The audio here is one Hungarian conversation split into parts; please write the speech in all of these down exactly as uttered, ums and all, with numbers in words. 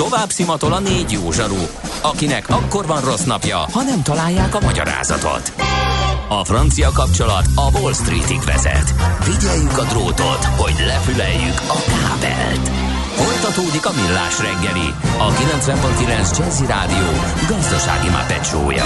Tovább szimatol a négy jó zsaru, akinek akkor van rossz napja, ha nem találják a magyarázatot. A francia kapcsolat a Wall Streetig vezet. Figyeljük a drótot, hogy lefüleljük a kábelt. Folytatódik a Millás reggeli, a kilencven pont kilenc Jazzy Rádió gazdasági mápecsója.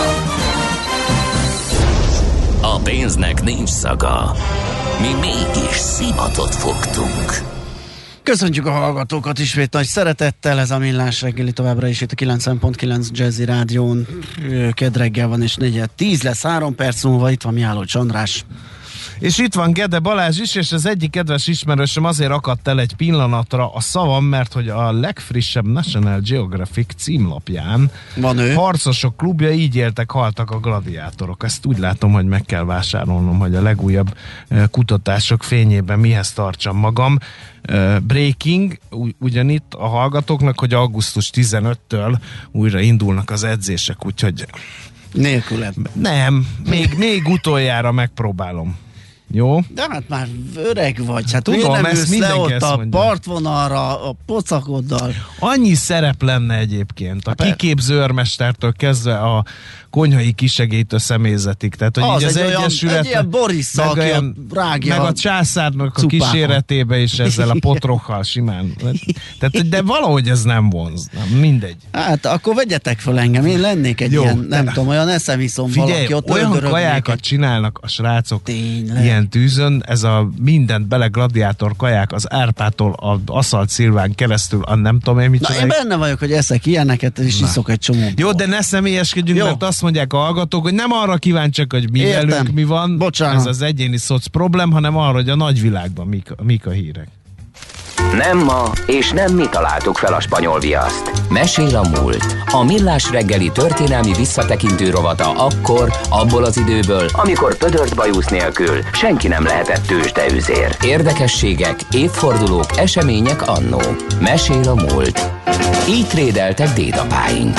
A pénznek nincs szaga. Mi mégis szimatot fogtunk. Köszöntjük a hallgatókat ismét nagy szeretettel, ez a Millás reggeli továbbra is itt a kilencven pont kilenc Jazzy Rádión. Kedd reggel van és negyed tíz lesz, három perc múlva itt van Mihálovics András. És itt van Gede Balázs is, és az egyik kedves ismerősöm azért akadt el egy pillanatra a szavam, mert hogy a legfrissebb National Geographic címlapján van ő. Harcosok klubja, így éltek, haltak a gladiátorok. Ezt úgy látom, hogy meg kell vásárolnom, hogy a legújabb kutatások fényében mihez tartsam magam. Breaking, ugyanitt a hallgatóknak, hogy augusztus tizenötödikétől újra indulnak az edzések, úgyhogy nélküled. Nem, még, még utoljára megpróbálom. Jó? De hát már öreg vagy, hát tudom, miért nem ezt ülsz le mindenki ott ezt a mondja. partvonalra, a pocakoddal? Annyi szerep lenne egyébként, a Per- kiképző őrmestertől kezdve a konyhai kisegélytől személyzetig. Tehát, hogy Az így az egy egyesület, olyan, egy ilyen Boris, aki olyan, rágja meg a császárnak a cupákat. kíséretébe is ezzel a potrokkal simán. Tehát, de valahogy ez nem vonz. Nem, mindegy. Hát akkor vegyetek fel engem, én lennék egy Jó, ilyen, nem de- tudom, olyan eszemiszom Figyelj, valaki, ott olyan öldörögnék kajákat egy- csinálnak a srácok Tényleg? ilyen tűzön, ez a mindent bele gladiátor kaják, az Árpától az Aszalt Szilván keresztül, a nem tudom én mit Na én csinálják. benne vagyok, hogy eszek ilyeneket, és Na. iszok egy csomó. Jó, de ne személyeskedjünk, Jó. mert azt mondják a hallgatók, hogy nem arra kíváncsiak, hogy mi Értem. velünk mi van, Bocsánat. ez az egyéni szoc problém, hanem arra, hogy a nagyvilágban mik, mik a hírek. Nem ma, és nem mi találtuk fel a spanyol viaszt. Mesél a múlt. A Millás reggeli történelmi visszatekintő rovata akkor, abból az időből, amikor pödört bajusz nélkül senki nem lehetett tőzsdeüzér. Érdekességek, évfordulók, események annó. Mesél a múlt. Így trédeltek dédapáink.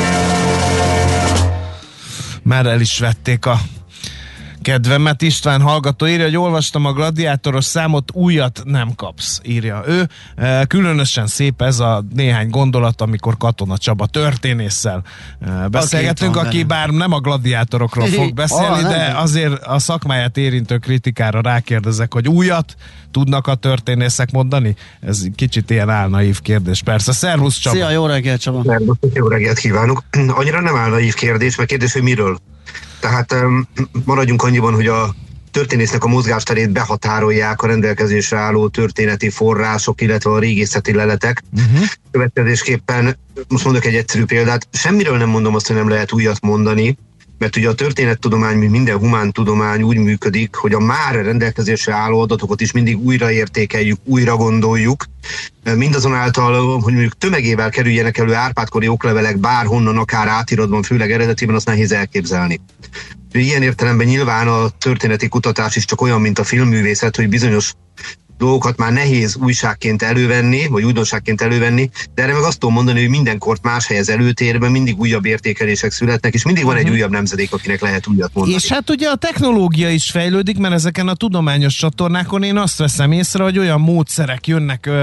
Már el is vették a kedvemet. István hallgató írja, hogy olvastam a gladiátoros számot, újat nem kapsz, írja ő. E, különösen szép ez a néhány gondolat, amikor Katona Csaba történésszel e, beszélgetünk, Aki aki van bár nem a gladiátorokról fog beszélni, Ah, de nem. azért a szakmáját érintő kritikára rákérdezek, hogy újat tudnak a történészek mondani? Ez kicsit ilyen álnaív kérdés. Persze. Szervusz Csaba! Szia, jó reggel, Csaba! Szervusz, jó reggelt kívánok! Annyira nem áll naív kérdés, mert kérdés, hogy miről? Tehát um, maradjunk annyiban, hogy a történésznek a mozgásterét behatárolják a rendelkezésre álló történeti források, illetve a régészeti leletek. Uh-huh. Következésképpen, most mondok egy egyszerű példát, semmiről nem mondom azt, hogy nem lehet újat mondani, mert ugye a történettudomány, mint minden humántudomány úgy működik, hogy a már rendelkezésre álló adatokat is mindig újra értékeljük, újra gondoljuk. Mindazonáltal, hogy mondjuk tömegével kerüljenek elő árpádkori oklevelek bárhonnan, akár átiratban, főleg eredetiben, azt nehéz elképzelni. Ilyen értelemben nyilván a történeti kutatás is csak olyan, mint a filmművészet, hogy bizonyos dolgokat már nehéz újságként elővenni, vagy újdonságként elővenni, de erre meg azt tudom mondani, hogy mindenkort más helyez előtérben, mindig újabb értékelések születnek, és mindig van egy újabb nemzedék, akinek lehet újat mondani. És hát ugye a technológia is fejlődik, mert ezeken a tudományos csatornákon én azt veszem észre, hogy olyan módszerek jönnek ö,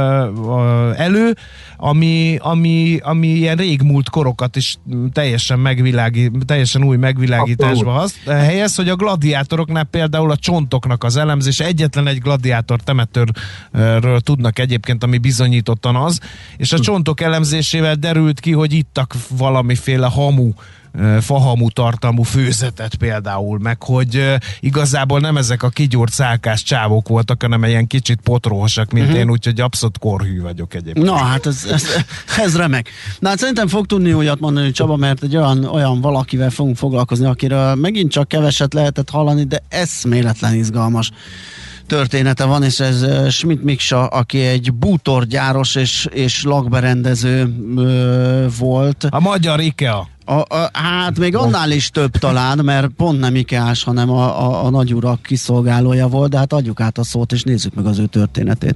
ö, elő, ami, ami, ami ilyen régmúlt korokat is teljesen, megvilági, teljesen új megvilágításba hasz, helyez, hogy a gladiátoroknál például a csontoknak az elemzés, egyetlen egy gladiátor temetőről tudnak egyébként, ami bizonyítottan az, és a csontok elemzésével derült ki, hogy ittak valamiféle hamu, fahamu tartalmú főzetet például, meg hogy igazából nem ezek a kigyúrt szálkás csávok voltak, hanem ilyen kicsit potrohosak, mint uh-huh. én, úgyhogy abszolút korhű vagyok egyébként. Na hát ez, ez, ez remek. Na hát szerintem fog tudni újat mondani Csaba, mert egy olyan, olyan valakivel fogunk foglalkozni, akiről megint csak keveset lehetett hallani, de eszméletlen izgalmas története van, és ez Schmidt Miksa, aki egy bútorgyáros és, és lakberendező ö, volt. A magyar IKEA. A, a, hát még annál is több talán, mert pont nem ikeás, hanem a, a, a nagyurak kiszolgálója volt, de hát adjuk át a szót, és nézzük meg az ő történetét.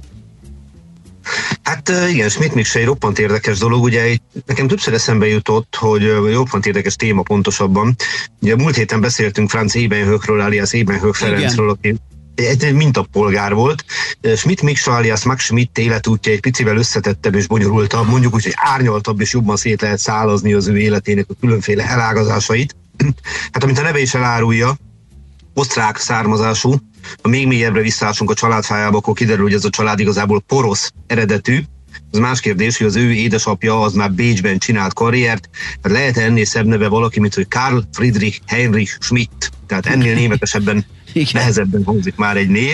Hát igen, Schmidt Miksa egy roppant érdekes dolog, ugye nekem többször eszembe jutott, hogy roppant érdekes téma pontosabban. Ugye múlt héten beszéltünk Franz Ebenhöckről, alias Ebenhöck Ferencről, aki egy mintapolgár volt. Schmidt Miksa alias Max Schmidt életútja egy picivel összetettebb és bonyolultabb, mondjuk úgy, hogy árnyaltabb és jobban szét lehet szálazni az ő életének a különféle elágazásait. Hát amint a neve is elárulja, osztrák származású, ha még mélyebbre visszaásunk a családfájába, akkor kiderül, hogy ez a család igazából porosz eredetű. Az más kérdés, hogy az ő édesapja az már Bécsben csinált karriert, hát lehet ennél szebb neve valaki, mint hogy Karl Friedrich Heinrich Schmidt, tehát ennél németesebben, nehezebben hangzik már egy név,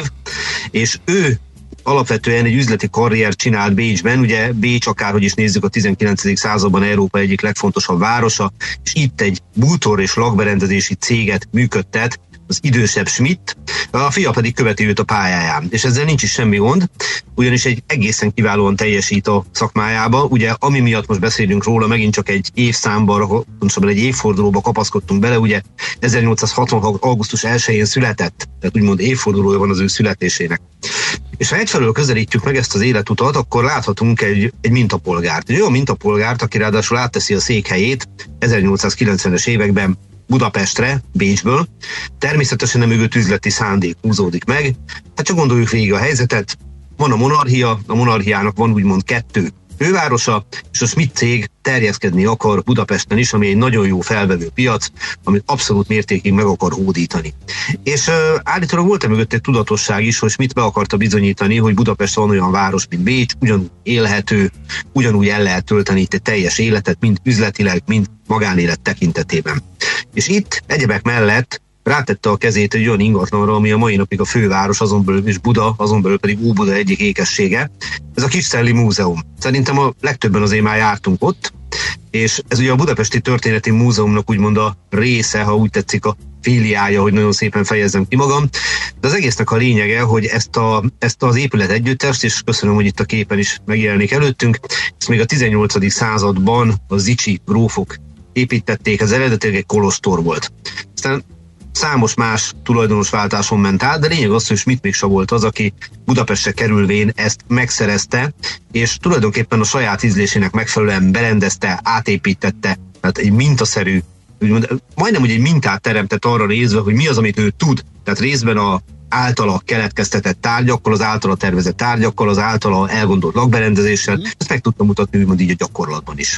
és ő alapvetően egy üzleti karriert csinált Bécsben, ugye Bécs, akárhogy is nézzük, a tizenkilencedik században Európa egyik legfontosabb városa, és itt egy bútor és lakberendezési céget működtet, az idősebb Schmidt, a fia pedig követi őt a pályáján. És ezzel nincs is semmi gond, ugyanis egy egészen kiválóan teljesít a szakmájába. Ugye, ami miatt most beszélünk róla, megint csak egy évszámba, pontosabban egy évfordulóba kapaszkodtunk bele, ugye ezernyolcszázhatvanhat. augusztus elsején született, tehát úgymond évfordulója van az ő születésének. És ha egyfelől közelítjük meg ezt az életutat, akkor láthatunk egy, egy mintapolgárt. Egy olyan mintapolgárt, aki ráadásul átteszi a székhelyét ezernyolcszázkilencvenes években Budapestre, Bécsből. Természetesen nem mögött üzleti szándék húzódik meg. Hát csak gondoljuk végig a helyzetet. Van a monarchia, a monarchiának van úgymond kettő fővárosa, és a Schmidt cég terjeszkedni akar Budapesten is, ami egy nagyon jó felvevő piac, amit abszolút mértékig meg akar hódítani. És uh, állítólag volt-e mögött egy tudatosság is, hogy Schmidt be akarta bizonyítani, hogy Budapest van olyan város, mint Bécs, ugyanúgy élhető, ugyanúgy el lehet tölteni itt egy teljes életet, mind üzletileg, mind magánélet tekintetében. És itt egyebek mellett rátette a kezét egy olyan ingatlanra, ami a mai napig a főváros, azon belül is Buda, azon belül pedig Óbuda egyik ékessége. Ez a Kisszelli Múzeum. Szerintem a legtöbben azért már jártunk ott, és ez ugye a Budapesti Történeti Múzeumnak úgymond a része, ha úgy tetszik, a filiája, hogy nagyon szépen fejezzem ki magam. De az egésznek a lényege, hogy ezt, a, ezt az épület együttest, és köszönöm, hogy itt a képen is megjelenik előttünk, ezt még a tizennyolcadik században a Zichy grófok építették, ez eredetileg egy kolostor volt. Aztán számos más tulajdonosváltáson ment át, de lényeg az, hogy Schmidt Miksa volt az, aki Budapestre kerülvén ezt megszerezte, és tulajdonképpen a saját ízlésének megfelelően berendezte, átépítette, tehát egy mintaszerű, úgymond, majdnem úgy egy mintát teremtett arra nézve, hogy mi az, amit ő tud, tehát részben a általa keletkeztetett tárgyakkal, az általa tervezett tárgyakkal, az általa elgondolt lakberendezéssel, ezt meg tudtam mutatni úgymond így a gyakorlatban is.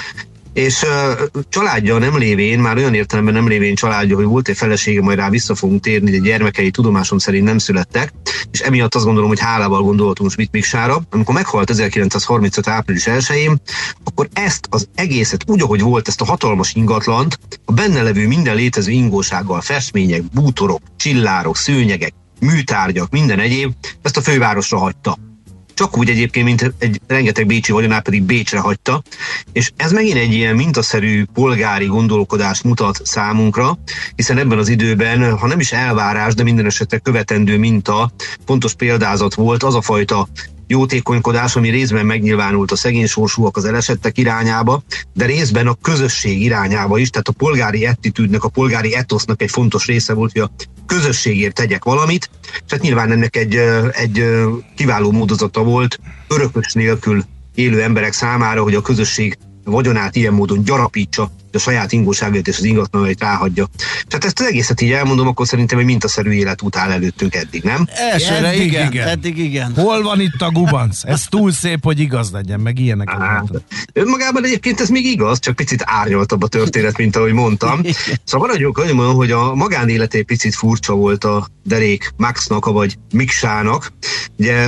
És uh, családja nem lévén, már olyan értelemben nem lévén családja, hogy volt egy felesége, majd rá vissza fogunk térni, de gyermekei tudomásom szerint nem születtek, és emiatt azt gondolom, hogy hálával gondoltunk Schmidt Miksára. Amikor meghalt ezerkilencszázharmincöt. április elsején, akkor ezt az egészet, úgy, ahogy volt, ezt a hatalmas ingatlant, a benne levő minden létező ingósággal, festmények, bútorok, csillárok, szőnyegek, műtárgyak, minden egyéb, ezt a fővárosra hagyta. Csak úgy egyébként, mint egy rengeteg bécsi vagyonát pedig Bécsre hagyta, és ez megint egy ilyen mintaszerű polgári gondolkodást mutat számunkra, hiszen ebben az időben, ha nem is elvárás, de minden esetre követendő minta, fontos példázat volt az a fajta jótékonykodás, ami részben megnyilvánult a szegény sorsúak, az elesettek irányába, de részben a közösség irányába is, tehát a polgári attitűdnek, a polgári etosznak egy fontos része volt, hogy a közösségért tegyek valamit, és hát nyilván ennek egy, egy kiváló módozata volt örökös nélkül élő emberek számára, hogy a közösség vagyonát ilyen módon gyarapítsa, de a saját ingóságait és az ingatlanait ráhagyja. Tehát ezt az egészet így elmondom, akkor szerintem egy mintaszerű életút áll előttünk eddig, nem? Elsőre eddig igen, igen, eddig igen. Hol van itt a gubanc? Ez túl szép, hogy igaz legyen, meg ilyeneket mondtad. Önmagában egyébként ez még igaz, csak picit árnyaltabb a történet, mint ahogy mondtam. Szóval maradjunk annyiban, hogy a magánélet egy picit furcsa volt a derék Maxnak, vagy Miksának. Ugye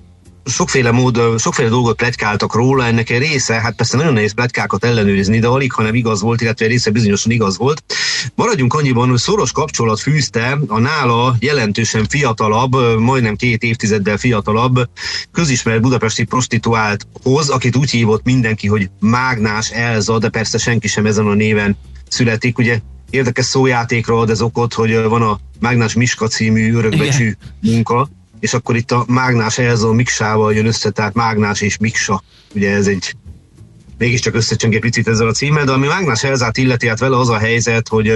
sokféle mód, sokféle dolgot pletykáltak róla, ennek egy része, hát persze nagyon nehéz pletykákat ellenőrizni, de alig, hanem igaz volt, illetve egy része bizonyosan igaz volt. Maradjunk annyiban, hogy szoros kapcsolat fűzte a nála jelentősen fiatalabb, majdnem két évtizeddel fiatalabb, közismert budapesti prostituálthoz, akit úgy hívott mindenki, hogy Mágnás Elza, de persze senki sem ezen a néven születik, ugye. Érdekes szójátékra ad ez okot, hogy van a Mágnás Miska című örökbecsű munka, és akkor itt a Mágnás Elza Miksával jön össze, tehát Mágnás és Miksa. Ugye ez egy mégiscsak összecseng egy picit ezzel a címmel, de ami Mágnás Elzát illeti, hát vele az a helyzet, hogy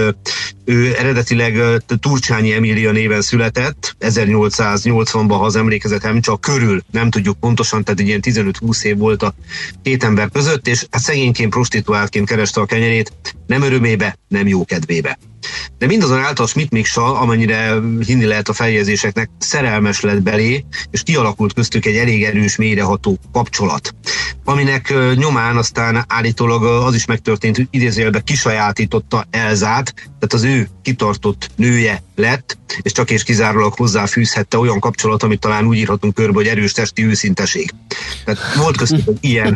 ő eredetileg Turcsányi Emília néven született, ezernyolcszáznyolcvanban, ha az emlékezetem csak körül, nem tudjuk pontosan, tehát egy ilyen tizenöt-húsz év volt a két ember között, és hát szegényként prostituáltként kereste a kenyerét, Nem örömébe, nem jó kedvébe. De mindazonáltal Schmidt Miksa, amennyire hinni lehet a feljegyzéseknek, szerelmes lett belé, és kialakult köztük egy elég erős, mélyreható kapcsolat, aminek nyomán aztán állítólag az is megtörtént, hogy idézőjelben kisajátította Elzát, tehát az ő kitartott nője lett, és csak és kizárólag hozzáfűzhette olyan kapcsolat, amit talán úgy írhatunk körbe, hogy erős testi őszinteség. Tehát volt köztük egy ilyen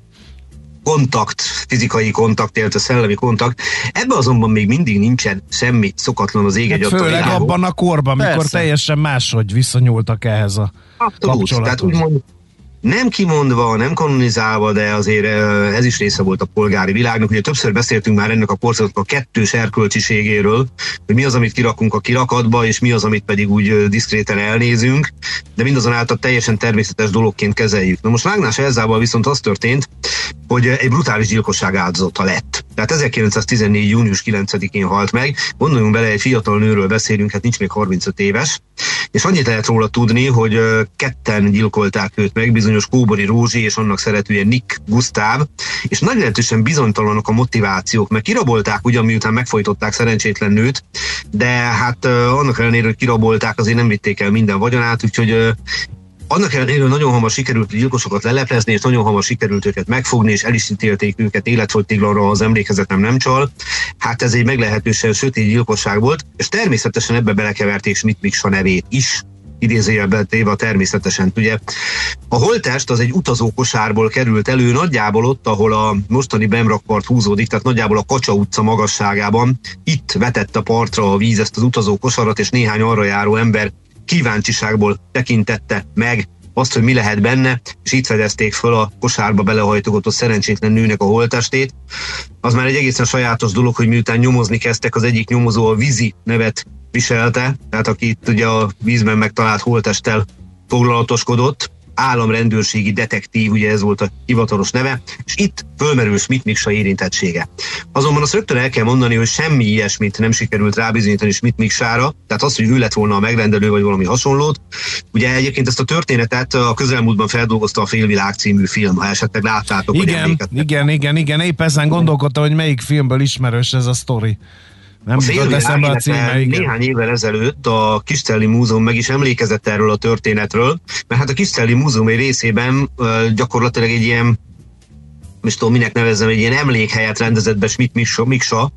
kontakt, fizikai kontakt, illetve szellemi kontakt. Ebben azonban még mindig nincsen semmi szokatlan az ég egy hát főleg abban a korban, mikor Persze. teljesen máshogy viszonyultak ehhez a Abszolút. Tehát úgymond nem kimondva, nem kanonizálva, de azért ez is része volt a polgári világnak. Ugye többször beszéltünk már ennek a korszaknak a kettős erkölcsiségéről, hogy mi az, amit kirakunk a kirakatba, és mi az, amit pedig úgy diszkréten elnézünk, de mindazonáltal teljesen természetes dologként kezeljük. Na most Mágnás Elzával viszont az történt, hogy egy brutális gyilkosság áldozata lett. Tehát ezerkilencszáztizennégy. június kilencedikén halt meg. Gondoljunk bele, egy fiatal nőről beszélünk, hát nincs még harmincöt éves, és annyit lehet róla tudni, hogy ketten gyilkolták őt meg, bizonyos Kóbori Rózsi és annak szeretője Nick Gusztáv, és meglehetősen bizonytalanok a motivációk, mert kirabolták ugyan, miután megfojtották szerencsétlen nőt, de hát annak ellenére, hogy kirabolták, azért nem vitték el minden vagyonát, úgyhogy annak ellenére, hogy nagyon hamar sikerült a gyilkosokat leleplezni, és nagyon hamar sikerült őket megfogni, és el is ítélték őket életfogytiglanra, ha az emlékezetem nem csal. Hát ez egy meglehetősen sötét gyilkosság volt, és természetesen ebbe belekeverték Schmidt Miksa nevét is, idézőjelben téve természetesen. Ugye a holttest az egy utazó kosárból került elő, nagyjából ott, ahol a mostani Bemrakpart húzódik, tehát nagyjából a Kacsa utca magasságában. Itt vetett a partra a víz ezt az utazó kosarat, és néhány arra járó ember kíváncsiságból tekintette meg azt, hogy mi lehet benne, és itt fedezték föl a kosárba belehajtogatott szerencsétlen nőnek a holttestét. Az már egy egészen sajátos dolog, hogy miután nyomozni kezdtek, az egyik nyomozó a Vizi nevet viselte, tehát aki itt ugye a vízben megtalált holttesttel foglalatoskodott, államrendőrségi detektív, ugye ez volt a hivatalos neve, és itt fölmerül Schmidt Miksa érintettsége. Azonban azt rögtön el kell mondani, hogy semmi ilyesmit nem sikerült rábizonyítani Schmidt Miksára, tehát az, hogy ő lett volna a megrendelő, vagy valami hasonlót. Ugye egyébként ezt a történetet a közelmúltban feldolgozta a Félvilág című film, ha esetleg láttátok. Igen, igen, igen, igen, épp ezen gondolkodtam, hogy melyik filmből ismerős ez a sztori. Nem a Félvilág, a címe, néhány évvel ezelőtt a Kiscelli Múzeum meg is emlékezett erről a történetről, mert hát a Kiscelli Múzeum egy részében uh, gyakorlatilag egy ilyen, nem tudom minek nevezzem, egy ilyen emlékhelyet rendezett be Schmidt Miksa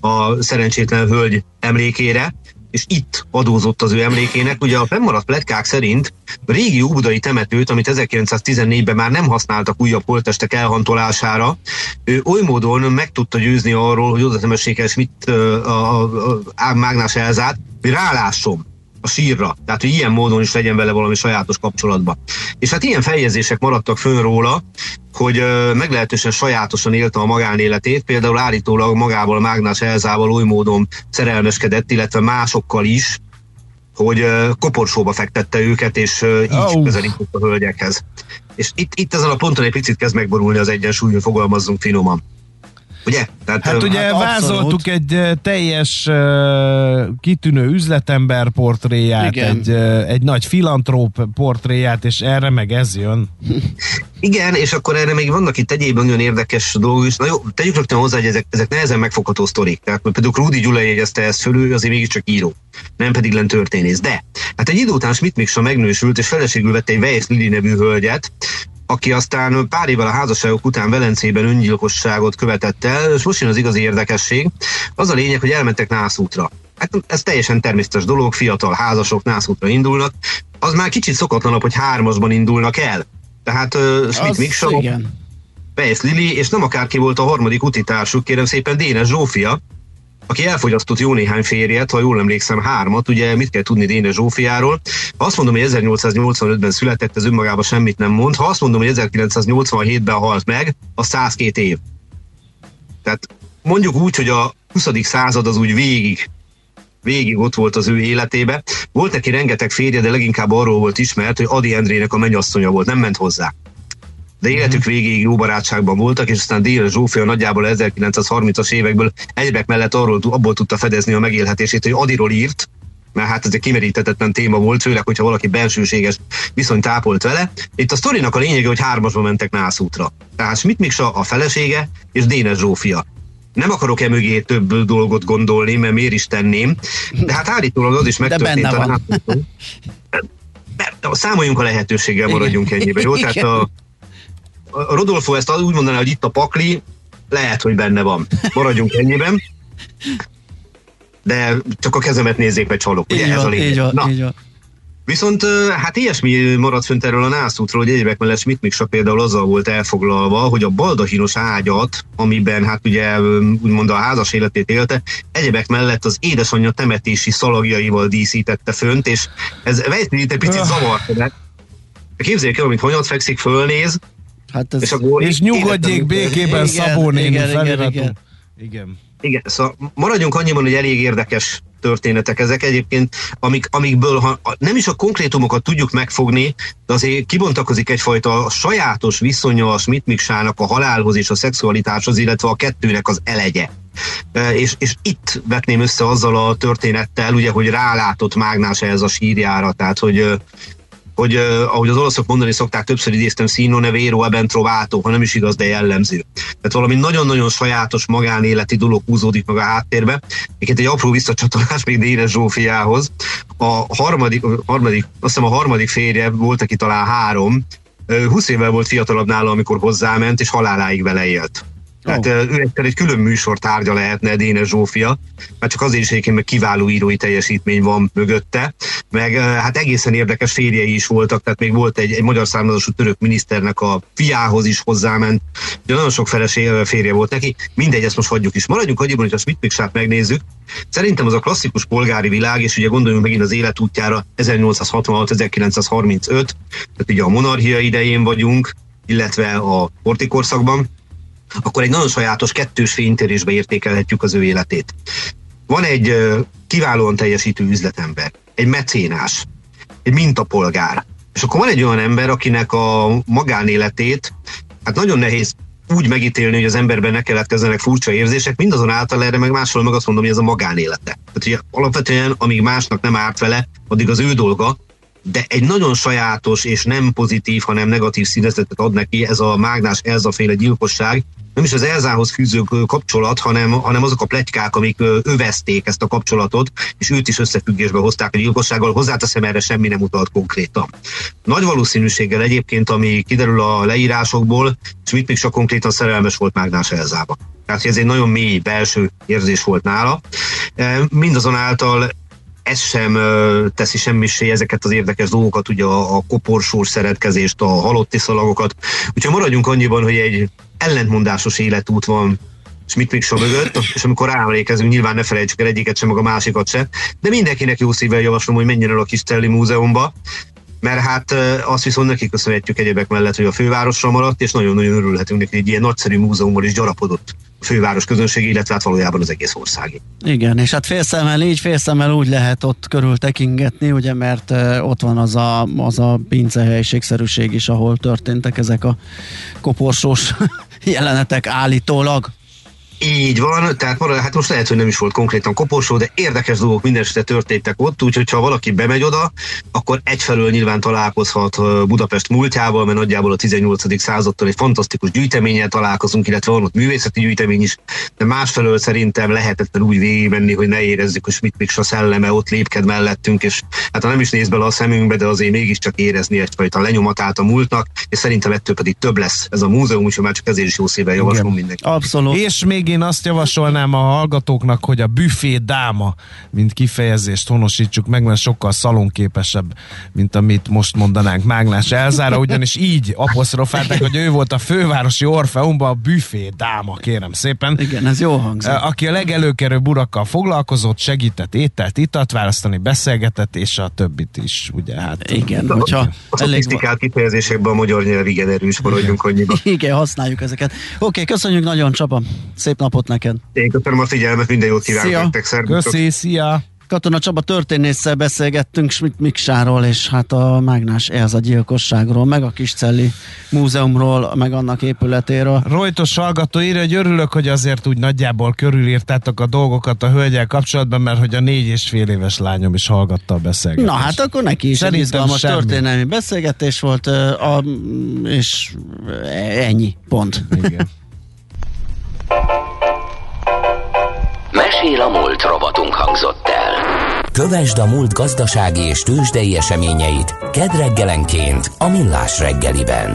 a szerencsétlen hölgy emlékére, és itt adózott az ő emlékének. Ugye a fennmaradt pletykák szerint a régi óbudai temetőt, amit ezerkilencszáztizennégyben már nem használtak újabb holttestek elhantolására, ő oly módon meg tudta győzni arról, hogy oda temessék el Schmidt a, a, a, a Mágnás Elzát, hogy rálásson a sírra, tehát hogy ilyen módon is legyen vele valami sajátos kapcsolatban. És hát ilyen feljegyzések maradtak fönn róla, hogy ö, meglehetősen sajátosan élte a magánéletét, például állítólag magával Mágnás Elzával oly módon szerelmeskedett, illetve másokkal is, hogy ö, koporsóba fektette őket, és ö, így oh. közelített a hölgyekhez. És itt, itt ezen a ponton egy picit kezd megborulni az egyensúly, hogy fogalmazzunk finoman. Ugye? Tehát, hát ugye hát vázoltuk egy teljes uh, kitűnő üzletember portréját, egy, uh, egy nagy filantróp portréját, és erre meg ez jön. Igen, és akkor erre még vannak itt egyéb nagyon érdekes dolgok is. Na jó, tegyük rögtön hozzá, hogy ezek, ezek nehezen megfogható sztorik. Tehát például Rudi Gyula jegyezte ezt fölül, azért mégiscsak író, nem pedig len történész. De hát egy idő után Schmidt Miksa megnősült, és feleségül vette egy Weiss Lili nevű hölgyet, aki aztán pár évvel a házasságok után Velencében öngyilkosságot követett el, és most jön az igazi érdekesség. Az a lényeg, hogy elmentek nászútra. Hát ez teljesen természetes dolog, fiatal házasok nászútra indulnak. Az már kicsit szokatlanabb, hogy hármasban indulnak el. Tehát uh, Schmidt Miksa, Weiss Lili, és nem akárki volt a harmadik utitársuk, kérem szépen Dénes Zsófia, aki elfogyasztott jó néhány férjet, ha jól emlékszem, hármat. Ugye mit kell tudni Dénes Zsófiáról? Ha azt mondom, hogy ezernyolcszáznyolcvanötben született, ez önmagában semmit nem mond. Ha azt mondom, hogy ezerkilencszáznyolcvanhétben halt meg, az százkét év. Tehát mondjuk úgy, hogy a huszadik század az úgy végig, végig ott volt az ő életébe. Volt neki rengeteg férje, de leginkább arról volt ismert, hogy Ady Endrének a mennyasszonya volt, nem ment hozzá. De életük végéig jó barátságban voltak, és aztán Dénes Zsófia nagyjából ezerkilencszázharmincas évekből egybek mellett arról, abból tudta fedezni a megélhetését, hogy Adyról írt, mert hát ez egy kimeríthetetlen téma volt, főleg, hogyha valaki bensőséges viszonyt tápolt vele. Itt a sztorinak a lényege, hogy hármasba mentek nászútra. Tehát Schmidt Miksa, a felesége és Dénes Zsófia. Nem akarok emögé több dolgot gondolni, mert miért is tenném, de hát állítólag az is megtörtént. De benne van. A, számoljunk a lehetőséggel, maradjunk ennyiben, jó? Tehát a, a Rodolfo ezt úgy mondaná, hogy itt a pakli, lehet, hogy benne van. Maradjunk ennyiben. De csak a kezemet nézzék, vagy csalok. Ugye? Így Ez van, a lényeg. így van, Na, így van. Viszont hát ilyesmi maradt fönt erről a nászútról, hogy egyébek mellett Schmidt Miksa például azzal volt elfoglalva, hogy a baldahinos ágyat, amiben hát ugye úgymond a házas életét élte, egyébek mellett az édesanyja temetési szalagjaival díszítette fönt, és ez vejtőjét egy picit zavart. De képzeljék el, amit hanyat fekszik, fölnéz, hát ez... és, és nyugodjék békében Szabó néni feliratunk. Igen. igen. Igen, szóval maradjunk annyiban, hogy elég érdekes történetek ezek egyébként, amik, amikből ha nem is a konkrétumokat tudjuk megfogni, de azért kibontakozik egyfajta sajátos viszonya a Schmidt Miksának a halálhoz és a szexualitáshoz, illetve a kettőnek az elegye. E, és, és itt vetném össze azzal a történettel, ugye, hogy rálátott Mágnás ehhez a sírjára, tehát hogy hogy uh, ahogy az olaszok mondani szokták, többször idéztem, sino ne vero ebben trovato, ha nem is igaz, de jellemző. Tehát valami nagyon-nagyon sajátos magánéleti dolog húzódik meg a háttérbe. Egyébként egy apró visszacsatolás még Dénes Zsófiához. A harmadik, harmadik, azt hiszem a harmadik férje volt, aki talán három, húsz évvel volt fiatalabb nála, amikor hozzáment, és haláláig vele élt. Tehát oh. ő egyszer egy külön műsor tárgya lehetne, Dénes Zsófia, mert csak azért is egyébként meg kiváló írói teljesítmény van mögötte, meg hát egészen érdekes férjei is voltak, tehát még volt egy, egy magyar származású török miniszternek a fiához is hozzáment, ugye nagyon sok feleség, férje volt neki, mindegy, ezt most hagyjuk is. Maradjunk annyiban, hogy a Schmidt Miksát megnézzük, szerintem az a klasszikus polgári világ, és ugye gondoljunk megint az életútjára, ezernyolcszázhatvanhat ezerkilencszázharmincöt, tehát ugye a monarchia idején vagyunk, illetve a porti korszakban, akkor egy nagyon sajátos kettős fénytérésbe értékelhetjük az ő életét. Van egy kiválóan teljesítő üzletember, egy mecénás, egy mintapolgár, és akkor van egy olyan ember, akinek a magánéletét hát nagyon nehéz úgy megítélni, hogy az emberben ne keletkezzenek furcsa érzések, mindazonáltal erre meg máshol meg azt mondom, hogy ez a magánélete. Tehát ugye alapvetően, amíg másnak nem árt vele, addig az ő dolga, de egy nagyon sajátos és nem pozitív, hanem negatív színezetet ad neki ez a Mágnás Elza féle gyilkosság. Nem is az Elzához fűző kapcsolat, hanem, hanem azok a pletykák, amik övezték ezt a kapcsolatot, és őt is összefüggésbe hozták a gyilkossággal. Hozzáteszem, erre semmi nem utalt konkrétan. Nagy valószínűséggel egyébként, ami kiderül a leírásokból, Schmidt Miksa konkrétan szerelmes volt Mágnás Elzába. Tehát ez egy nagyon mély belső érzés volt nála. Mindazonáltal ez sem uh, teszi semmissé ezeket az érdekes dolgokat, ugye a, a koporsós szeretkezést, a halotti szalagokat. Úgyhogy maradjunk annyiban, hogy egy ellentmondásos életút van Schmidt Miksa mögött, és amikor ráemlékezünk, nyilván ne felejtsük el egyiket sem, meg a másikat sem, de mindenkinek jó szívvel javaslom, hogy menjen el a Kistelli Múzeumba, mert hát azt viszont neki köszönhetjük egyebek mellett, hogy a fővárosra maradt, és nagyon-nagyon örülhetünk neki, hogy egy ilyen nagyszerű múzeummal is gyarapodott a főváros közönsége, illetve hát valójában az egész országé. Igen, és hát félszemmel így, félszemmel úgy lehet ott körül tekingetni, ugye, mert ott van az a, az a pincehelyiségszerűség is, ahol történtek ezek a koporsós jelenetek állítólag. Így van, tehát hát most lehet, hogy nem is volt konkrétan koporsó, de érdekes dolgok mindenesetre történtek ott, úgyhogy ha valaki bemegy oda, akkor egyfelől nyilván találkozhat Budapest múltjával, mert nagyjából a tizennyolcadik századtól egy fantasztikus gyűjteménnyel találkozunk, illetve van ott művészeti gyűjtemény is, de másfelől szerintem lehetetlen úgy végigmenni, hogy ne érezzük, hogy Schmidt Miksa szelleme ott lépked mellettünk, és hát ha nem is néz bele a szemünkbe, de azért mégiscsak érezni egyfajta lenyomatát a múltnak, és szerintem ettől pedig több lesz ez a múzeum, úgyhogy már csak ezért is jó szívvel javaslom mindenki. Abszolút. És még én azt javasolnám a hallgatóknak, hogy a büfé dáma, mint kifejezést honosítsuk meg, mert sokkal szalonképesebb, mint amit most mondanánk Mágnás Elzára, ugyanis így apostrofálták, hogy ő volt a fővárosi Orfeumban a büfé dáma, kérem szépen. Igen, ez jó hangzik. Aki a legelőkerőbb urakkal foglalkozott, segített ételt, italt választani, beszélgetett, és a többit is, ugye hát. Igen, hogyha a szofisztikált kifejezésekben a magyar nyelv igen erős, maradjunk annyiba. Igen, használjuk ezeket. Oké, okay, köszönjük nagyon, Csaba. Szép napot neked. Én köszönöm a figyelmet, minden jót kívánok nektek, szervusztok. Köszi, szia! Katona Csaba történésszel beszélgettünk Schmidt Miksáról, és hát a Mágnás Elza gyilkosságról, meg a Kiscelli Múzeumról, meg annak épületéről. Rojtos hallgató írja, hogy örülök, hogy azért úgy nagyjából körülírtátok a dolgokat a hölgyel kapcsolatban, mert hogy a négy és fél éves lányom is hallgatta a beszélgetést. Na hát akkor neki is Szerintem egy izgalmas semmi. történelmi beszélgetés volt, a, és ennyi, pont. Igen. Mesél a múlt rovatunk hangzott el. Kövesd a múlt gazdasági és tőzsdei eseményeit kedd reggelenként a Millás reggeliben.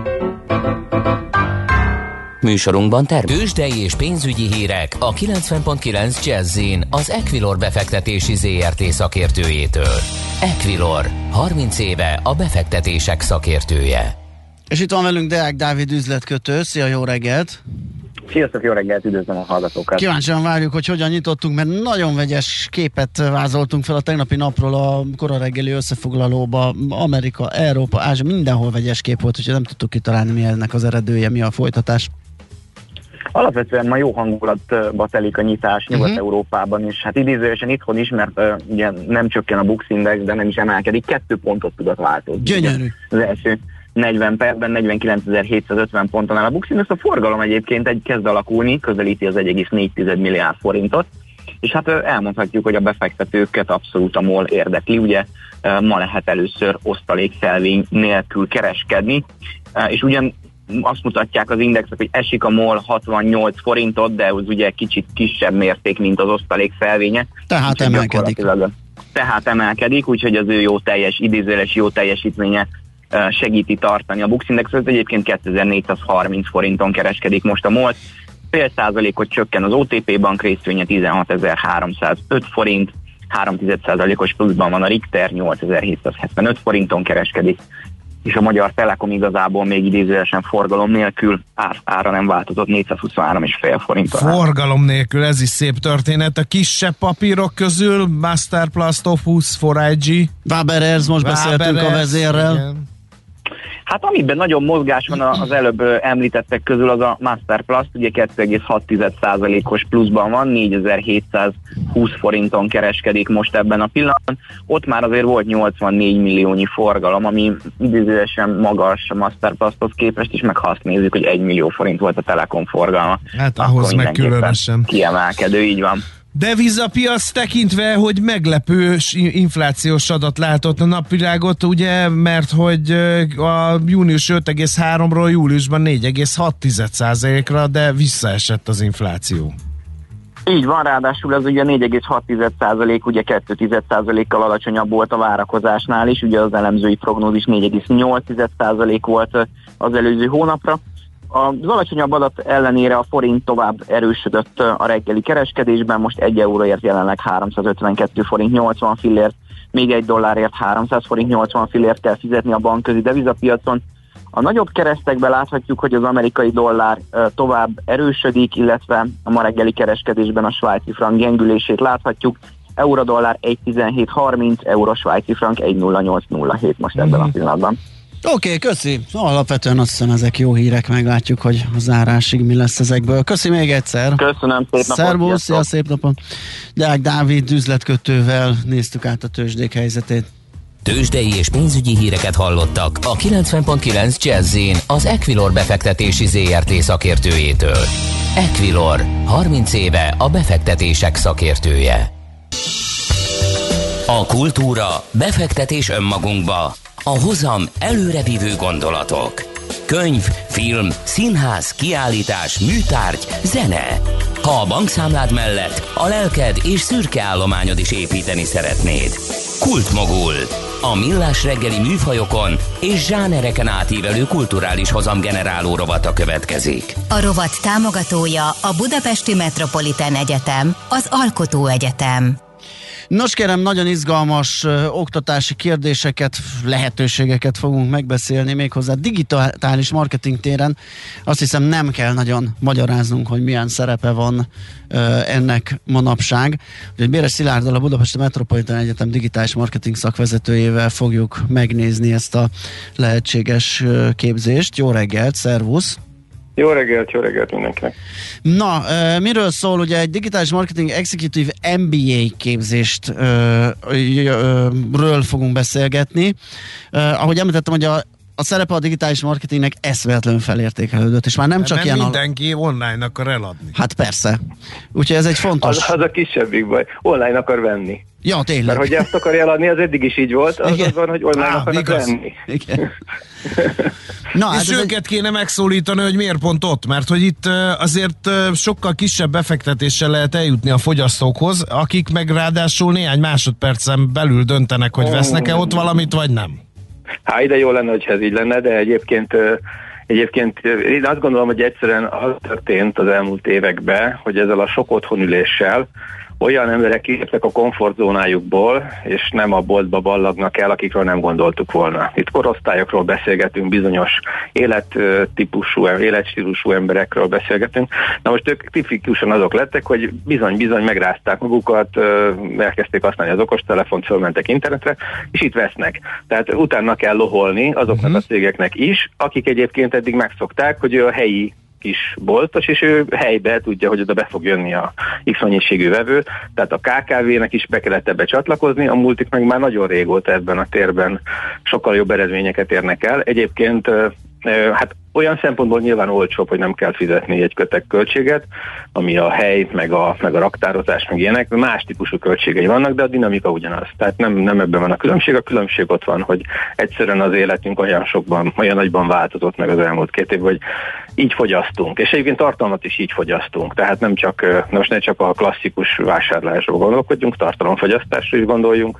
Műsorunkban termék tőzsdei és pénzügyi hírek a kilencven pont kilenc Jazz-in az Equilor befektetési zé er té szakértőjétől. Equilor, harminc éve a befektetések szakértője. És itt van velünk Deák Dávid üzletkötő. Szia, jó reggelt! Sziasztok, jó reggelt, üdvözlöm a hallgatókat! Kíváncsian várjuk, hogy hogyan nyitottunk, mert nagyon vegyes képet vázoltunk fel a tegnapi napról a kora reggeli összefoglalóba. Amerika, Európa, Ázsia, mindenhol vegyes kép volt, úgyhogy nem tudtuk kitalálni, mi ennek az eredője, mi a folytatás. Alapvetően ma jó hangulatba telik a nyitás Nyugat-Európában, és hát idézőesen itthon is, mert uh, ugye nem csökken a Bux Index, de nem is emelkedik, kettő pontot tudott változni. Gyönyörű! Az első negyven percben negyvenkilencezer-hétszázötven ponton áll a Bux Index, a forgalom egyébként egy kezd alakulni, közelíti az egy egész négy milliárd forintot, és hát uh, elmondhatjuk, hogy a befektetőket abszolút a MOL érdekli, ugye uh, ma lehet először osztalékszelvény nélkül kereskedni, uh, és ugyan azt mutatják az indexek, hogy esik a MOL hatvannyolc forintot, de az ugye kicsit kisebb mérték, mint az osztalék felvénye. Tehát emelkedik. Tehát emelkedik, úgyhogy az ő jó teljes, idézőles jó teljesítménye segíti tartani a Bux Indexet. Egyébként kétezer-négyszázharminc forinton kereskedik most a MOL. Fél százalékot csökken az o té pé bank részvénye, tizenhatezer-háromszázöt forint, három tized százalékos pluszban van a Richter, nyolcezer-hétszázhetvenöt forinton kereskedik, és a Magyar Telekom igazából még idézőesen forgalom nélkül ár, ára nem változott, négyszázhuszonhárom egész öt forint. Forgalom nélkül, ez is szép történet. A kisebb papírok közül Masterplast, Ofus, four i gé. Waberers, most Waberers, beszéltünk a vezérrel. Igen. Hát amiben nagyon mozgás van az előbb említettek közül, az a Masterplast, ugye kettő egész hat százalékos pluszban van, négyezer-hétszázhúsz forinton kereskedik most ebben a pillanatban. Ott már azért volt nyolcvannégy milliónyi forgalom, ami idézőesen magas a Masterplasthoz képest is, meg ha azt nézzük, hogy egy millió forint volt a Telekom forgalma. Hát ahhoz meg különösen. Kiemelkedő, így van. Devizapiac tekintve, hogy meglepő inflációs adat látott a napvilágot, ugye, mert hogy a június öt egész háromról júliusban négy egész hat százalékra, de visszaesett az infláció. Így van, ráadásul ez ugye négy egész hat százalék, ugye kettő százalékkal alacsonyabb volt a várakozásnál is, ugye az elemzői prognózis négy egész nyolc százalék volt az előző hónapra. Az alacsonyabb adat ellenére a forint tovább erősödött a reggeli kereskedésben, most egy euróért jelenleg háromszázötvenkettő forint nyolcvan fillért, még egy dollárért háromszáz forint nyolcvan fillért kell fizetni a bankközi devizapiacon. A nagyobb keresztekben láthatjuk, hogy az amerikai dollár tovább erősödik, illetve a ma reggeli kereskedésben a svájci frank gyengülését láthatjuk. Euró-dollár egy tizenhét harminc, euró svájci frank egy nulla nyolc nulla hét most ebben a pillanatban. Oké, okay, köszi. Alapvetően azt hiszem, ezek jó hírek, meglátjuk, hogy a zárásig mi lesz ezekből. Köszi még egyszer. Köszönöm, szép napot. Szervusz, szia, szép napon. Deák Dávid üzletkötővel néztük át a tőzsdék helyzetét. Tőzsdei és pénzügyi híreket hallottak a kilencven pont kilenc Jazz-in az Equilor befektetési zé er té szakértőjétől. Equilor, harminc éve a befektetések szakértője. A kultúra, befektetés önmagunkba, a hozam előrevívő gondolatok. Könyv, film, színház, kiállítás, műtárgy, zene. Ha a bankszámlád mellett a lelked és szürke állományod is építeni szeretnéd. Kultmogul. A millás reggeli műfajokon és zsánereken átívelő kulturális hozamgeneráló rovata következik. A rovat támogatója a Budapesti Metropolitán Egyetem, az Alkotó Egyetem. Nos kérem, nagyon izgalmas ö, oktatási kérdéseket, lehetőségeket fogunk megbeszélni, méghozzá digitális marketing téren. Azt hiszem, nem kell nagyon magyaráznunk, hogy milyen szerepe van ö, ennek manapság. Úgyhogy Béres Szilárddal, a Budapesti Metropolitán Egyetem digitális marketing szakvezetőjével fogjuk megnézni ezt a lehetséges ö, képzést. Jó reggelt, szervusz! Jó reggelt, jó reggelt mindenkinek. Na, uh, miről szól? Ugye egy digitális marketing executive em bé á képzést uh, uh, ről fogunk beszélgetni. Uh, ahogy említettem, hogy a a szerepe a digitális marketingnek eszméletlenül felértékelődött, és már nem csak mert ilyen... mindenki a... online akar eladni. Hát persze. Úgyhogy ez egy fontos... Az, az a kisebbik baj. Online akar venni. Ja, tényleg. Mert hogy ezt akarja eladni, az eddig is így volt, az az van, hogy online Á, akarnak igaz. venni. Igen. Na, és hát őket egy... kéne megszólítani, hogy miért pont ott, mert hogy itt azért sokkal kisebb befektetéssel lehet eljutni a fogyasztókhoz, akik meg ráadásul néhány másodpercen belül döntenek, hogy vesznek-e ott valamit, vagy nem. Hát ide jó lenne, hogyha ez így lenne, de egyébként Egyébként én azt gondolom, hogy egyszerűen az történt az elmúlt években, hogy ezzel a sok otthonüléssel olyan emberek kiléptek a komfortzónájukból, és nem a boltba ballagnak el, akikről nem gondoltuk volna. Itt korosztályokról beszélgetünk, bizonyos élettípusú, életstílusú emberekről beszélgetünk. Na most ők tipikusan azok lettek, hogy bizony-bizony megrázták magukat, elkezdték használni az okostelefont, fölmentek internetre, és itt vesznek. Tehát utána kell loholni azoknak uh-huh. a cégeknek is, akik egyébként eddig megszokták, hogy ő a helyi kis boltos, és ő helybe tudja, hogy oda be fog jönni a X mennyiségű vevő, tehát a ká ká vé-nek is be kellett ebbe csatlakozni, a multik meg már nagyon régóta ebben a térben sokkal jobb eredményeket érnek el. Egyébként hát olyan szempontból nyilván olcsóbb, hogy nem kell fizetni egy kötek költséget, ami a hely, meg a, meg a raktározás, meg ilyenek, más típusú költségei vannak, de a dinamika ugyanaz. Tehát nem, nem ebben van a különbség, a különbség ott van, hogy egyszerűen az életünk olyan sokban, olyan nagyban változott meg az elmúlt két évben, hogy így fogyasztunk, és egyébként tartalmat is így fogyasztunk, tehát nem csak, most ne csak a klasszikus vásárlásról gondolkodjunk, tartalomfogyasztásra is gondoljunk,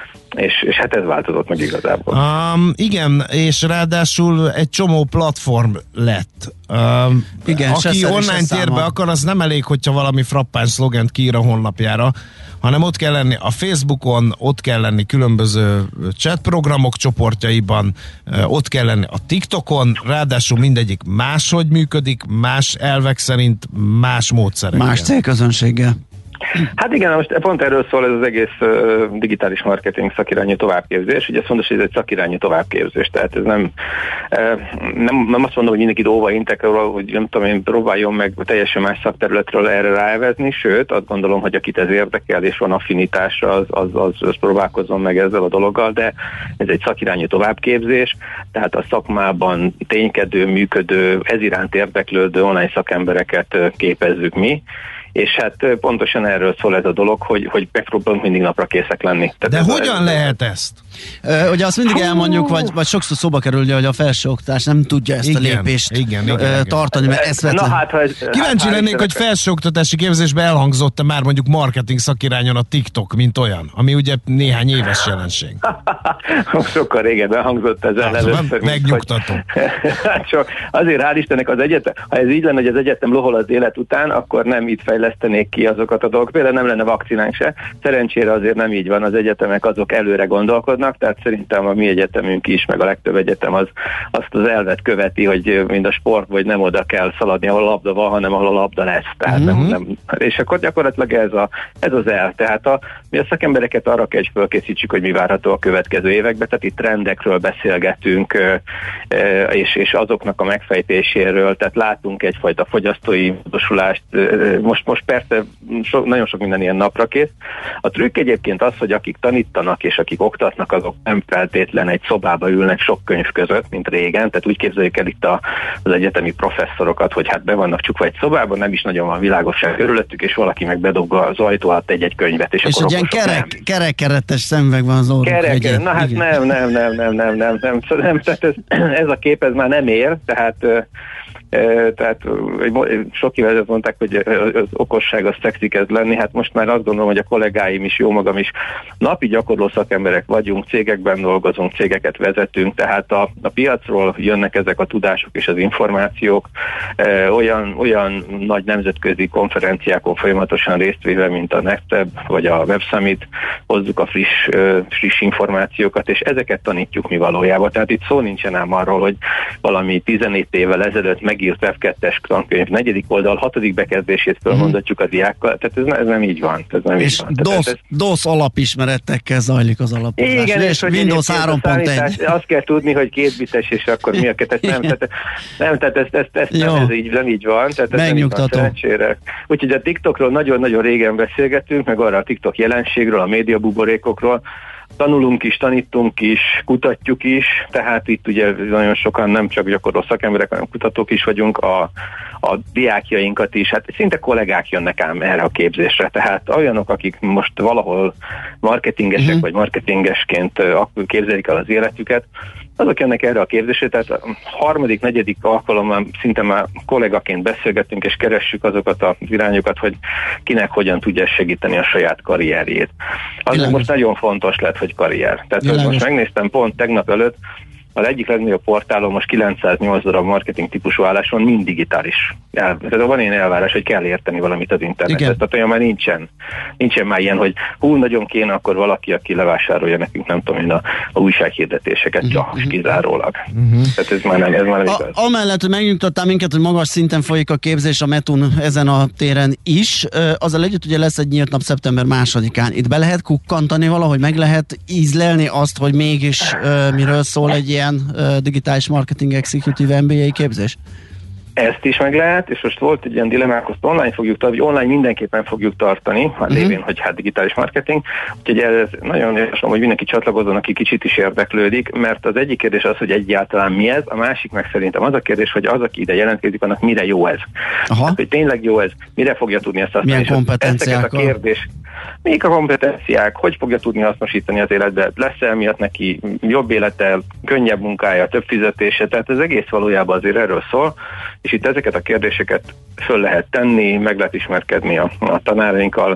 És, és hát ez változott meg igazából. Um, igen, és ráadásul egy csomó platform lett. Um, igen, aki online térbe akar, az nem elég, hogyha valami frappáns szlogent kiír a honlapjára, hanem ott kell lenni a Facebookon, ott kell lenni különböző chatprogramok csoportjaiban, ott kell lenni a TikTokon, ráadásul mindegyik máshogy működik, más elvek szerint, más módszerekkel. Más célközönséggel. Hát igen, most pont erről szól ez az egész uh, digitális marketing szakirányú továbbképzés. Ugye ez fontos, hogy ez egy szakirányú továbbképzés, tehát ez nem, uh, nem, nem azt mondom, hogy mindenkit óva intek arról, hogy nem tudom én, próbáljon meg teljesen más szakterületről erre ráevezni, sőt, azt gondolom, hogy akit ez érdekel és van affinitása, az, az, az, az próbálkozzon meg ezzel a dologgal, de ez egy szakirányú továbbképzés, tehát a szakmában ténykedő, működő, ez iránt érdeklődő online szakembereket képezzük mi, és hát pontosan erről szól ez a dolog, hogy, hogy megpróbálunk mindig napra készek lenni. Tehát de hogyan a... lehet ezt? Ö, ugye azt mindig elmondjuk, vagy, vagy sokszor szóba kerül, ugye, hogy a felsőoktatás nem tudja ezt igen, a lépést igen, igen, ö, tartani, mert eszvetlen. Na, hát, ha ez, Kíváncsi hát, lennék, hogy felsőoktatási képzésben elhangzott már mondjuk marketing szakirányon a TikTok, mint olyan, ami ugye néhány éves jelenség. Sokkal régebben hangzott ez el először. Megnyugtató. Hogy, azért hál' Istennek az egyetem, ha ez így lenne, hogy az egyetem lohol az élet után, akkor nem itt fejlesztenék ki azokat a dolgokat. Például nem lenne vakcinánk se. Szerencsére azért nem így van, az egyetemek azok előre gondolkodnak, tehát szerintem a mi egyetemünk is, meg a legtöbb egyetem az azt az elvet követi, hogy mind a sport, vagy nem oda kell szaladni, ahol a labda van, hanem ahol a labda lesz. Tehát mm-hmm. nem, nem, és akkor gyakorlatilag ez, a, ez az el. Tehát a, mi a szakembereket arra kell, hogy fölkészítsük, hogy mi várható a következő években, tehát itt trendekről beszélgetünk, és, és azoknak a megfejtéséről, tehát látunk egyfajta fogyasztói módosulást. Most, most persze so, nagyon sok minden ilyen napra kész. A trükk egyébként az, hogy akik tanítanak és akik oktatnak, azok nem feltétlen egy szobába ülnek sok könyv között, mint régen, tehát úgy képzeljük el itt a, az egyetemi professzorokat, hogy hát be vannak csukva egy szobában, nem is nagyon van világosság körülöttük, és valaki meg bedobja az ajtó alatt egy-egy könyvet. És, és akkor egy ilyen kerek, kerekkeretes szemüveg van az orruk. Kerek, na hát nem, nem, nem, nem, nem, nem, nem, nem, tehát ez, ez a kép ez már nem ér, tehát tehát sok éve mondták, hogy az okosság az szexi kezd lenni, hát most már azt gondolom, hogy a kollégáim is, jó magam is napi gyakorló szakemberek vagyunk, cégekben dolgozunk, cégeket vezetünk, tehát a, a piacról jönnek ezek a tudások és az információk, olyan, olyan nagy nemzetközi konferenciákon folyamatosan részt véve, mint a NextWeb vagy a WebSummit, hozzuk a friss, friss információkat, és ezeket tanítjuk mi valójában. Tehát itt szó nincsen ám arról, hogy valami tizennégy évvel ezelőtt meg írt ef kettes tankönyv, negyedik oldal, hatodik bekezdését fölmondatjuk a diákkal, tehát ez, ez nem így van. Ez nem és így van. DOS, ez... DOS alapismeretekkel zajlik az alapozás. Igen, és, és Windows három pont egy. Azt kell tudni, hogy két bites, és akkor mi a kettes. Nem, tehát, nem, tehát ez, ez, ez, nem, ez így, nem így van. Tehát ez megnyugtató. Nem így van, úgyhogy a TikTokról nagyon-nagyon régen beszélgettünk, meg arra a TikTok jelenségről, a médiabuborékokról. tanulunk is, tanítunk is, kutatjuk is, tehát itt ugye nagyon sokan nem csak gyakorló szakemberek, hanem kutatók is vagyunk, a, a diákjainkat is, hát szinte kollégák jönnek ám erre a képzésre, tehát olyanok, akik most valahol marketingesek uh-huh. vagy marketingesként képzelik el az életüket, azok jönnek erre a képzésre, tehát a harmadik, negyedik alkalommal szinte már kollégaként beszélgetünk, és keressük azokat az irányokat, hogy kinek hogyan tudja segíteni a saját karrierjét. Az most nagyon fontos lett, hogy karrier. Tehát Világos. Most megnéztem pont tegnap előtt, az egyik legnagyobb portálon most kilencszáznyolc darab marketing típusú álláson mind digitális. El, tehát van ilyen elvárás, hogy kell érteni valamit az internetet. Tehát olyan már nincsen. Nincsen már ilyen, hogy hú, nagyon kéne akkor valaki, aki levásárolja nekünk, nem tudom én, a, a újsághirdetéseket, csak uh-huh. kizárólag. Uh-huh. Tehát ez már nem, ez már nem igaz. A, amellett, hogy megnyugtattál minket, hogy magas szinten folyik a képzés a Metun ezen a téren is, azzal együtt ugye lesz egy nyílt nap szeptember másodikán. Itt be lehet kukkantani valahogy, meg lehet ízlelni azt, hogy mégis uh, miről szól egy ilyen uh, digitális marketing executive em bé á képzés? Ezt is meg lehet, és most volt egy ilyen dilemmák, azt online fogjuk tartani, online mindenképpen fogjuk tartani, hát uh-huh. lévén, hogy hát digitális marketing, úgyhogy ez nagyon javaslom, hogy mindenki csatlakozzon, aki kicsit is érdeklődik, mert az egyik kérdés az, hogy egyáltalán mi ez, a másik meg szerintem az a kérdés, hogy az, aki ide jelentkezik, annak mire jó ez. Hát, hogy tényleg jó ez, mire fogja tudni ezt használni. Milyen kompetenciákkal? A kérdés, mik a kompetenciák, hogy fogja tudni hasznosítani az életbe, lesz emiatt neki jobb élete, könnyebb munkája, több fizetése, tehát ez egész valójában azért erről szól, és itt ezeket a kérdéseket föl lehet tenni, meg lehet ismerkedni a, a tanárainkkal,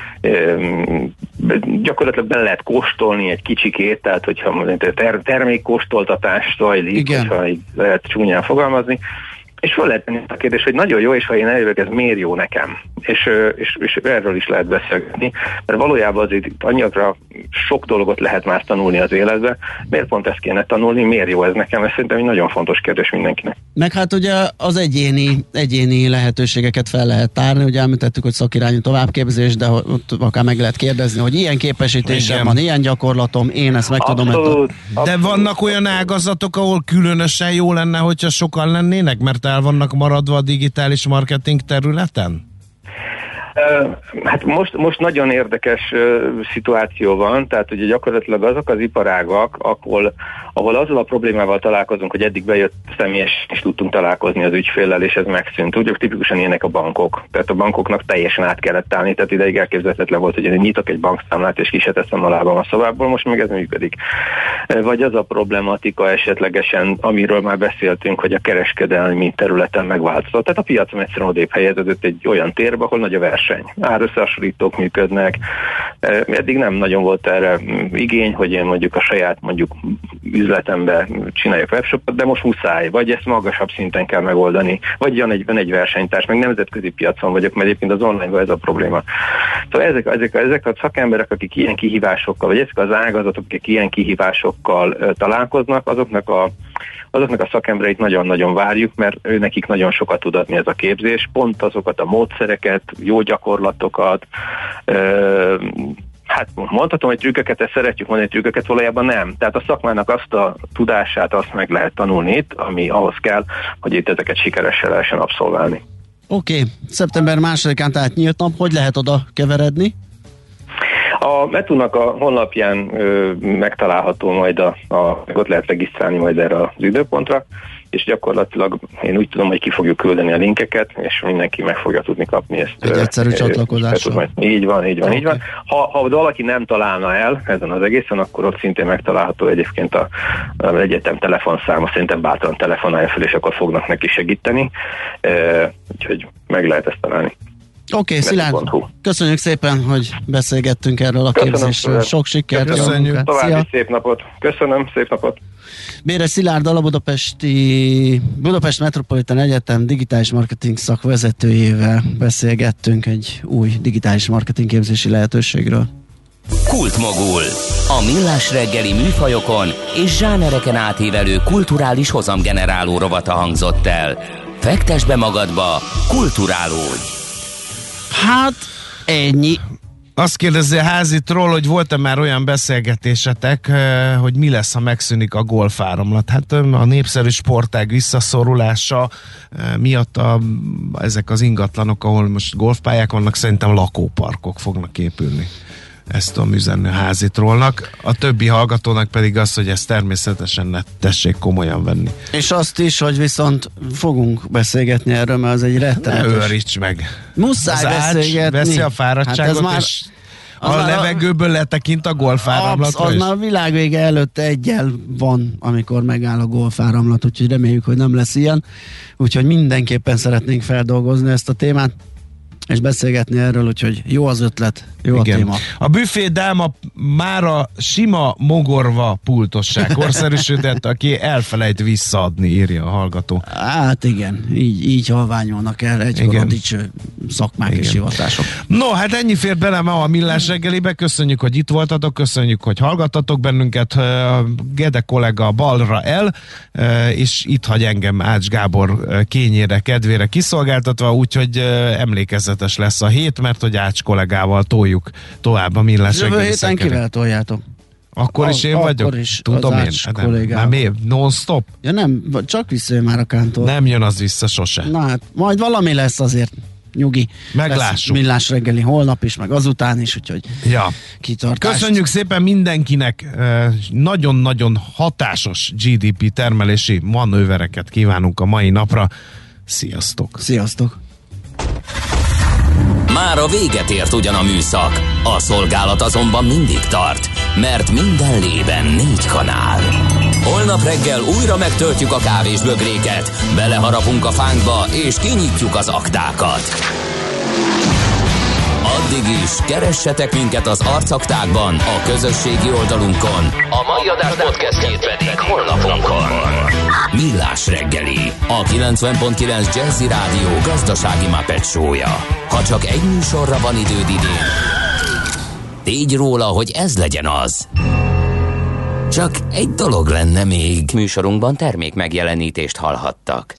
ehm, gyakorlatilag bele lehet kóstolni egy kicsikét, tehát hogyha ter- termékkóstoltatás zajlik, Igen. hogyha így lehet csúnyán fogalmazni, és föl lehet tenni a kérdés, hogy nagyon jó, és ha én eljövök, ez miért jó nekem? És, és, és erről is lehet beszélgetni, mert valójában azért annyira sok dolgot lehet már tanulni az életbe, miért pont ezt kéne tanulni, miért jó ez nekem? Ez szerintem egy nagyon fontos kérdés mindenkinek. Meg hát ugye az egyéni, egyéni lehetőségeket fel lehet tárni, ugye említettük, hogy szakirányú továbbképzés, de ott akár meg lehet kérdezni, hogy ilyen képesítésem Igen. van, ilyen gyakorlatom, én ezt meg abszolút, tudom. Abszolút. De vannak olyan ágazatok, ahol különösen jó lenne, hogyha sokan lennének, mert el vannak maradva a digitális marketing területen? Hát most, most nagyon érdekes uh, szituáció van, tehát ugye gyakorlatilag azok az iparágak, ahol, ahol azzal a problémával találkozunk, hogy eddig bejött személyes, és tudtunk találkozni az ügyféllel, és ez megszűnt. Ugye tipikusan ilyenek a bankok. Tehát a bankoknak teljesen át kellett állni, tehát ideig elképzelhetetlen volt, hogy én nyitok egy bankszámlát, és ki se teszem a lábam a szobából, most meg ez működik. Vagy az a problematika esetlegesen, amiről már beszéltünk, hogy a kereskedelmi területen megváltozott. Tehát a piacon egyszerűen odébb helyeződött egy olyan térbe, ahol nagy a verseny. Árösszehasonlítók működnek. Eddig nem nagyon volt erre igény, hogy én mondjuk a saját mondjuk üzletemben csináljak webshopot, de most muszáj, vagy ezt magasabb szinten kell megoldani, vagy van egy, van egy versenytárs, meg nemzetközi piacon vagyok, mert egyébként az online-ban ez a probléma. Szóval ezek, ezek, ezek a szakemberek, akik ilyen kihívásokkal, vagy ezek az ágazatok, akik ilyen kihívásokkal uh, találkoznak, azoknak a azoknak a szakembereit nagyon-nagyon várjuk, mert ő nekik nagyon sokat tud adni ez a képzés, pont azokat a módszereket, jó gyakorlatokat, ö, hát mondhatom, hogy trükköket, ezt szeretjük mondani, hogy trükköket valójában nem. Tehát a szakmának azt a tudását, azt meg lehet tanulni itt, ami ahhoz kell, hogy itt ezeket sikeresen lehessen abszolválni. Oké, okay. Szeptember másodikán tehát nyílt nap, hogy lehet oda keveredni? A Metunak a honlapján ö, megtalálható majd, a, a, ott lehet regisztrálni majd erre az időpontra, és gyakorlatilag én úgy tudom, hogy ki fogjuk küldeni a linkeket, és mindenki meg fogja tudni kapni ezt. Egy egyszerű csatlakozással. Így van, így van, okay. így van. Ha, ha valaki nem találna el ezen az egészen, akkor ott szintén megtalálható egyébként a, a egyetem telefonszáma, szerintem bátran telefonálja fel, és akkor fognak neki segíteni, e, úgyhogy meg lehet ezt találni. Oké, okay, Szilárd, köszönjük szépen, hogy beszélgettünk erről a Köszönöm képzésről. Szépen. Sok sikert! Köszönjük! További szép napot! Köszönöm, szép napot! Béres Szilárd, a Budapesti Budapest Metropolitan Egyetem digitális marketing szakvezetőjével beszélgettünk egy új digitális marketing képzési lehetőségről. Kultmogul. A millás reggeli műfajokon és zsánereken átívelő kulturális hozamgeneráló rovata hangzott el. Fektesd be magadba, kulturálódj! Hát, ennyi. Azt kérdezi a házi troll, hogy volt-e már olyan beszélgetésetek, hogy mi lesz, ha megszűnik a golfáramlat. Hát a népszerű sportág visszaszorulása miatt a, ezek az ingatlanok, ahol most golfpályák vannak, szerintem lakóparkok fognak épülni. ezt tudom üzenni a házitrónak. A többi hallgatónak pedig az, hogy ezt természetesen ne tessék komolyan venni. És azt is, hogy viszont fogunk beszélgetni erről, mert az egy rettenetes. Ne őríts meg. Muszáj az beszélgetni. Veszi a fáradtságot, hát már, és a levegőből letekint a golfáramlatra. Az már a világvége előtt egyel van, amikor megáll a golfáramlat, úgyhogy reméljük, hogy nem lesz ilyen. Úgyhogy mindenképpen szeretnénk feldolgozni ezt a témát, és beszélgetni erről, úgyhogy jó az ötlet, jó igen. A téma. A büfé dáma már a sima mogorva pultossá korszerűsödött, aki elfelejt visszaadni, írja a hallgató. Hát igen, így, így halványolnak el egykor a dicső szakmák igen. És hivatások. No, hát ennyi fért bele ma a Millás reggelibe, köszönjük, hogy itt voltatok, köszönjük, hogy hallgattatok bennünket. Gede kollega balra el, és itt hagy engem Ács Gábor kényére, kedvére kiszolgáltatva, úgyhogy emlékezzetek lesz a hét, mert hogy Ács kollégával toljuk tovább a Millás reggeli. Jövő héten kivel toljátok? Akkor is én Akkor vagyok? Is tudom én. Hát nem, már miért? Non-stop? Ja nem, csak visszajön már a Kántor. Nem jön az vissza sose. Na hát, majd valami lesz azért. Nyugi. Meglássuk. Millás reggeli holnap is, meg azután is, úgyhogy ja. Kitartást. Köszönjük szépen mindenkinek. Nagyon-nagyon hatásos gé dé pé termelési manővereket kívánunk a mai napra. Sziasztok! Sziasztok! Már a véget ért ugyan a műszak, a szolgálat azonban mindig tart, mert minden lében négy kanál. Holnap reggel újra megtöltjük a kávésbögréket, beleharapunk a fánkba és kinyitjuk az aktákat. Addig is keressetek minket az arcaktákban, a közösségi oldalunkon, a mai adás podcastjét pedig honlapunkon. Millás reggeli, a kilencven pont kilenc Jazzy Rádió gazdasági Muppet show-ja. Ha csak egy műsorra van időd idén, tégy róla, hogy ez legyen az. Csak egy dolog lenne még. Műsorunkban termék megjelenítést hallhattak.